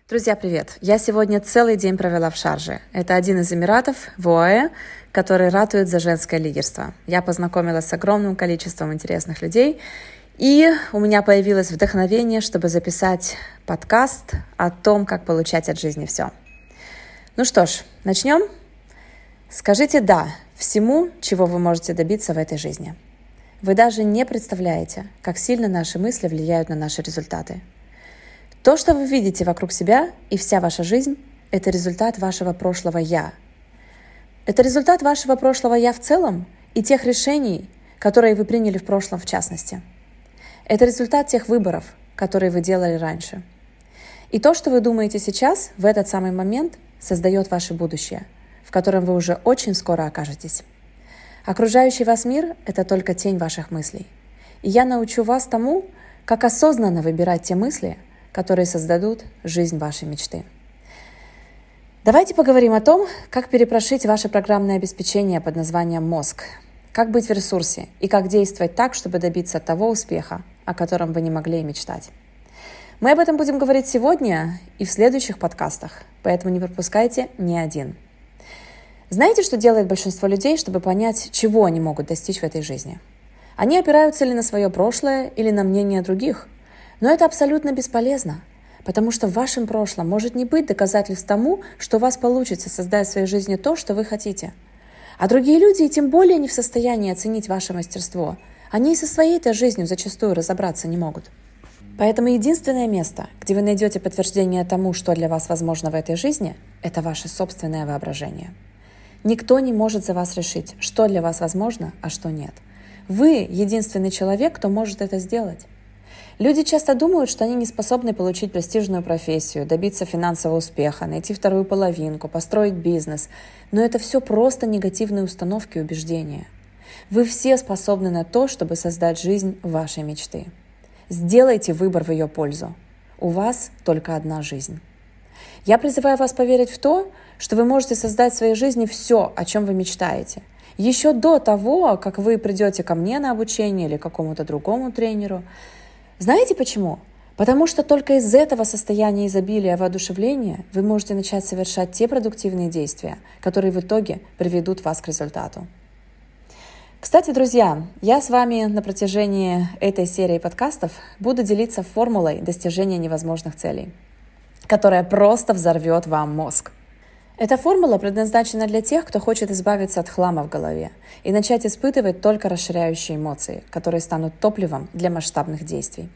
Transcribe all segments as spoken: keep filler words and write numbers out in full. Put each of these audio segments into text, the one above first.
Друзья, привет! Я сегодня целый день провела в Шарже. Это один из Эмиратов, в ОАЭ, который ратует за женское лидерство. Я познакомилась с огромным количеством интересных людей, и у меня появилось вдохновение, чтобы записать подкаст о том, как получать от жизни все. Ну что ж, начнем? Скажите «да» всему, чего вы можете добиться в этой жизни. Вы даже не представляете, как сильно наши мысли влияют на наши результаты. То, что вы видите вокруг себя, и вся ваша жизнь – это результат вашего прошлого «я». Это результат вашего прошлого «я» в целом и тех решений, которые вы приняли в прошлом в частности. Это результат тех выборов, которые вы делали раньше. И то, что вы думаете сейчас, в этот самый момент, создает ваше будущее, в котором вы уже очень скоро окажетесь. Окружающий вас мир – это только тень ваших мыслей. И я научу вас тому, как осознанно выбирать те мысли, которые создадут жизнь вашей мечты. Давайте поговорим о том, как перепрошить ваше программное обеспечение под названием мозг, как быть в ресурсе и как действовать так, чтобы добиться того успеха, о котором вы не могли и мечтать. Мы об этом будем говорить сегодня и в следующих подкастах, поэтому не пропускайте ни один. Знаете, что делает большинство людей, чтобы понять, чего они могут достичь в этой жизни? Они опираются или на свое прошлое, или на мнение других. Но это абсолютно бесполезно, потому что в вашем прошлом может не быть доказательств тому, что у вас получится создать в своей жизни то, что вы хотите. А другие люди и тем более не в состоянии оценить ваше мастерство. Они и со своей-то жизнью зачастую разобраться не могут. Поэтому единственное место, где вы найдете подтверждение тому, что для вас возможно в этой жизни, это ваше собственное воображение. Никто не может за вас решить, что для вас возможно, а что нет. Вы единственный человек, кто может это сделать. Люди часто думают, что они не способны получить престижную профессию, добиться финансового успеха, найти вторую половинку, построить бизнес. Но это все просто негативные установки и убеждения. Вы все способны на то, чтобы создать жизнь вашей мечты. Сделайте выбор в ее пользу. У вас только одна жизнь. Я призываю вас поверить в то, что вы можете создать в своей жизни все, о чем вы мечтаете. Еще до того, как вы придете ко мне на обучение или к какому-то другому тренеру. Знаете почему? Потому что только из этого состояния изобилия и воодушевления вы можете начать совершать те продуктивные действия, которые в итоге приведут вас к результату. Кстати, друзья, я с вами на протяжении этой серии подкастов буду делиться формулой достижения невозможных целей, которая просто взорвет вам мозг. Эта формула предназначена для тех, кто хочет избавиться от хлама в голове и начать испытывать только расширяющие эмоции, которые станут топливом для масштабных действий.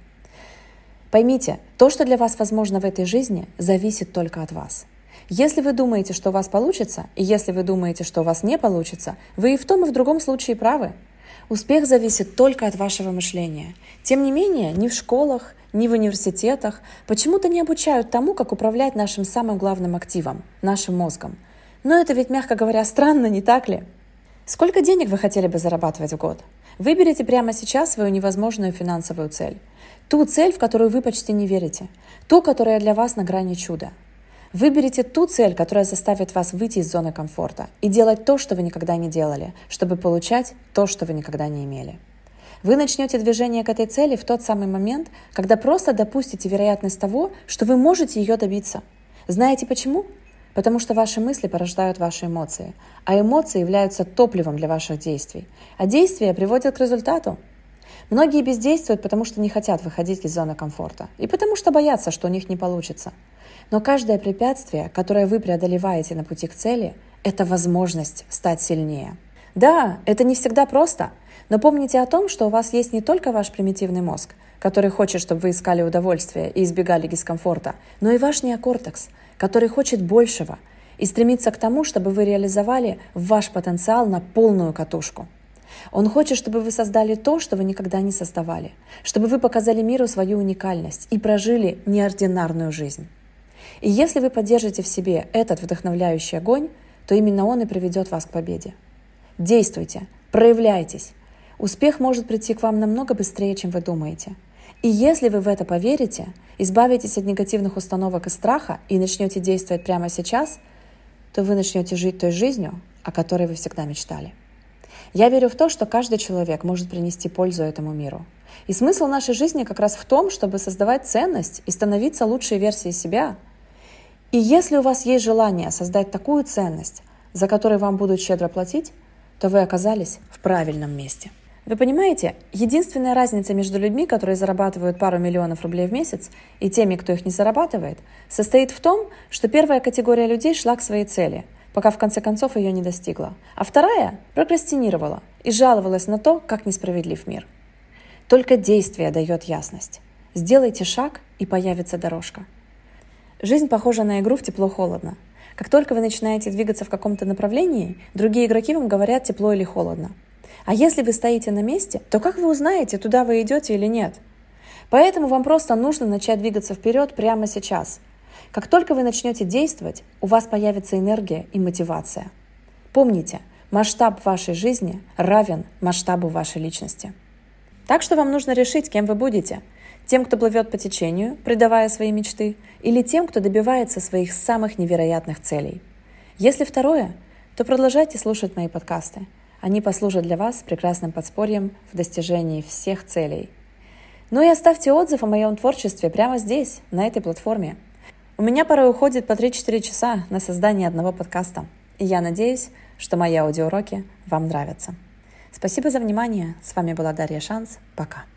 Поймите, то, что для вас возможно в этой жизни, зависит только от вас. Если вы думаете, что у вас получится, и если вы думаете, что у вас не получится, вы и в том, и в другом случае правы. Успех зависит только от вашего мышления. Тем не менее, ни в школах, ни в университетах почему-то не обучают тому, как управлять нашим самым главным активом – нашим мозгом. Но это ведь, мягко говоря, странно, не так ли? Сколько денег вы хотели бы зарабатывать в год? Выберите прямо сейчас свою невозможную финансовую цель. Ту цель, в которую вы почти не верите. Ту, которая для вас на грани чуда. Выберите ту цель, которая заставит вас выйти из зоны комфорта и делать то, что вы никогда не делали, чтобы получать то, что вы никогда не имели. Вы начнете движение к этой цели в тот самый момент, когда просто допустите вероятность того, что вы можете ее добиться. Знаете почему? Потому что ваши мысли порождают ваши эмоции, а эмоции являются топливом для ваших действий, а действия приводят к результату. Многие бездействуют, потому что не хотят выходить из зоны комфорта и потому что боятся, что у них не получится. Но каждое препятствие, которое вы преодолеваете на пути к цели, это возможность стать сильнее. Да, это не всегда просто, но помните о том, что у вас есть не только ваш примитивный мозг, который хочет, чтобы вы искали удовольствие и избегали дискомфорта, но и ваш неокортекс, который хочет большего и стремится к тому, чтобы вы реализовали ваш потенциал на полную катушку. Он хочет, чтобы вы создали то, что вы никогда не создавали, чтобы вы показали миру свою уникальность и прожили неординарную жизнь. И если вы поддержите в себе этот вдохновляющий огонь, то именно он и приведет вас к победе. Действуйте, проявляйтесь. Успех может прийти к вам намного быстрее, чем вы думаете. И если вы в это поверите, избавитесь от негативных установок и страха и начнете действовать прямо сейчас, то вы начнете жить той жизнью, о которой вы всегда мечтали. Я верю в то, что каждый человек может принести пользу этому миру. И смысл нашей жизни как раз в том, чтобы создавать ценность и становиться лучшей версией себя. И если у вас есть желание создать такую ценность, за которую вам будут щедро платить, то вы оказались в правильном месте. Вы понимаете, единственная разница между людьми, которые зарабатывают пару миллионов рублей в месяц, и теми, кто их не зарабатывает, состоит в том, что первая категория людей шла к своей цели, пока в конце концов ее не достигла, а вторая прокрастинировала и жаловалась на то, как несправедлив мир. Только действие дает ясность. Сделайте шаг, и появится дорожка. Жизнь похожа на игру в тепло-холодно. Как только вы начинаете двигаться в каком-то направлении, другие игроки вам говорят, тепло или холодно. А если вы стоите на месте, то как вы узнаете, туда вы идете или нет? Поэтому вам просто нужно начать двигаться вперед прямо сейчас. Как только вы начнете действовать, у вас появится энергия и мотивация. Помните, масштаб вашей жизни равен масштабу вашей личности. Так что вам нужно решить, кем вы будете. Тем, кто плывет по течению, предавая свои мечты, или тем, кто добивается своих самых невероятных целей. Если второе, то продолжайте слушать мои подкасты. Они послужат для вас прекрасным подспорьем в достижении всех целей. Ну и оставьте отзыв о моем творчестве прямо здесь, на этой платформе. У меня порой уходит по три-четыре часа на создание одного подкаста. И я надеюсь, что мои аудиоуроки вам нравятся. Спасибо за внимание. С вами была Дарья Шанс. Пока.